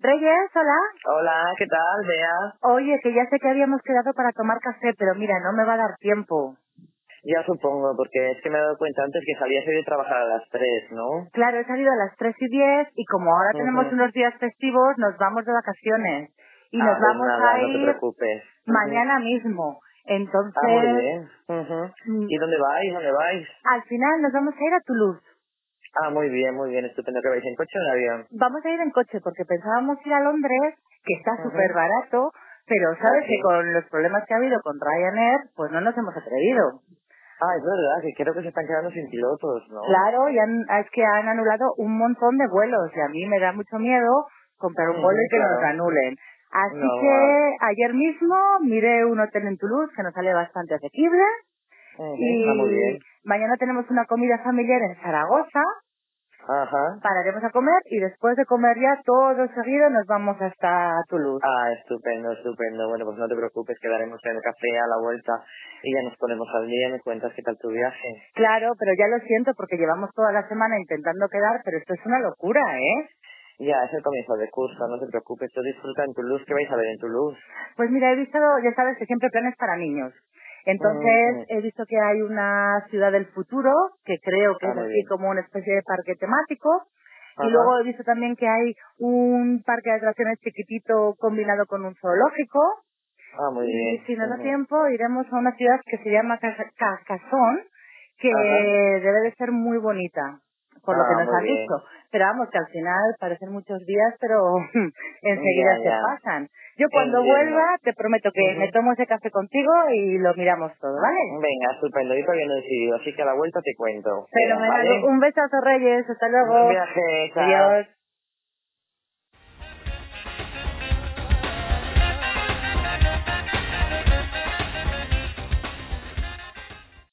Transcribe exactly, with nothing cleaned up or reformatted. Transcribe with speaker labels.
Speaker 1: Reyes, hola.
Speaker 2: Hola, ¿qué tal, Bea?
Speaker 1: Oye, que ya sé que habíamos quedado para tomar café, pero mira, no me va a dar tiempo.
Speaker 2: Ya supongo, porque es que me he dado cuenta antes que salías hoy de trabajar a las tres, ¿no?
Speaker 1: Claro, he salido a las tres y diez y como ahora tenemos
Speaker 2: Ujú.
Speaker 1: unos días festivos, nos vamos de vacaciones. Y nos
Speaker 2: Ah, pues
Speaker 1: vamos
Speaker 2: nada,
Speaker 1: a
Speaker 2: no te
Speaker 1: ir
Speaker 2: preocupes. Ujú.
Speaker 1: mañana mismo.
Speaker 2: Ah, muy
Speaker 1: Entonces,
Speaker 2: bien. Ujú.
Speaker 1: mm,
Speaker 2: ¿Y dónde vais? ¿Dónde vais?
Speaker 1: al final nos vamos a ir a Toulouse.
Speaker 2: Ah, muy bien, muy bien, estupendo. ¿Que vais en coche o en avión?
Speaker 1: Vamos a ir en coche porque pensábamos ir a Londres, que está súper
Speaker 2: Ujú.
Speaker 1: barato, pero
Speaker 2: Ah,
Speaker 1: sabes que
Speaker 2: sí.
Speaker 1: con los problemas que ha habido con Ryanair, pues no nos hemos atrevido.
Speaker 2: Ah, es verdad, que creo que se están quedando sin pilotos, ¿no?
Speaker 1: Claro, y han- es que han anulado un montón de vuelos y a mí me da mucho miedo comprar un vuelo
Speaker 2: Ujú,
Speaker 1: y que nos lo
Speaker 2: claro.
Speaker 1: anulen. Así
Speaker 2: No, vale.
Speaker 1: que ayer mismo miré un hotel en Toulouse que nos sale bastante asequible
Speaker 2: Ujú. Ah, muy
Speaker 1: y
Speaker 2: bien.
Speaker 1: mañana tenemos una comida familiar en Zaragoza,
Speaker 2: Ajá.
Speaker 1: pararemos a comer y después de comer ya todo seguido nos vamos hasta Toulouse.
Speaker 2: Ah, estupendo, estupendo. Bueno, pues no te preocupes, quedaremos en el café a la vuelta y ya nos ponemos al día y me cuentas qué tal tu viaje.
Speaker 1: Claro, pero ya lo siento porque llevamos toda la semana intentando quedar, pero esto es una locura, ¿eh?
Speaker 2: Ya, es el comienzo de curso, no te preocupes, tú disfruta en Toulouse, ¿qué vais a ver en Toulouse?
Speaker 1: Pues mira, he visto, ya sabes que siempre planes para niños.
Speaker 2: Mm,
Speaker 1: Entonces,
Speaker 2: mm.
Speaker 1: he visto que hay una ciudad del futuro, que creo que
Speaker 2: Ah,
Speaker 1: es
Speaker 2: muy
Speaker 1: así
Speaker 2: bien.
Speaker 1: como una especie de parque temático. Y luego
Speaker 2: Ajá.
Speaker 1: he visto también que hay un parque de atracciones chiquitito combinado con un zoológico.
Speaker 2: Ah, muy
Speaker 1: Y
Speaker 2: bien.
Speaker 1: si nos da
Speaker 2: Ujú.
Speaker 1: tiempo, iremos a una ciudad que se llama Casa- Carcassonne, que
Speaker 2: Ajá.
Speaker 1: debe de ser muy bonita, por lo que
Speaker 2: Ah,
Speaker 1: nos
Speaker 2: muy
Speaker 1: han dicho.
Speaker 2: bien.
Speaker 1: Pero vamos, que al final parecen muchos días, pero
Speaker 2: Ya,
Speaker 1: enseguida se
Speaker 2: ya.
Speaker 1: pasan. Yo cuando
Speaker 2: Entiendo.
Speaker 1: vuelva, te prometo que me
Speaker 2: Ujú.
Speaker 1: tomo ese café contigo y lo miramos todo, ¿vale?
Speaker 2: Venga, estupendo, yo todavía no he decidido, así que a la vuelta te cuento, Bea,
Speaker 1: Fenomenal.
Speaker 2: ¿vale?
Speaker 1: Un besazo, Reyes. Hasta
Speaker 2: Buen
Speaker 1: luego.
Speaker 2: viaje, chao.
Speaker 1: Adiós.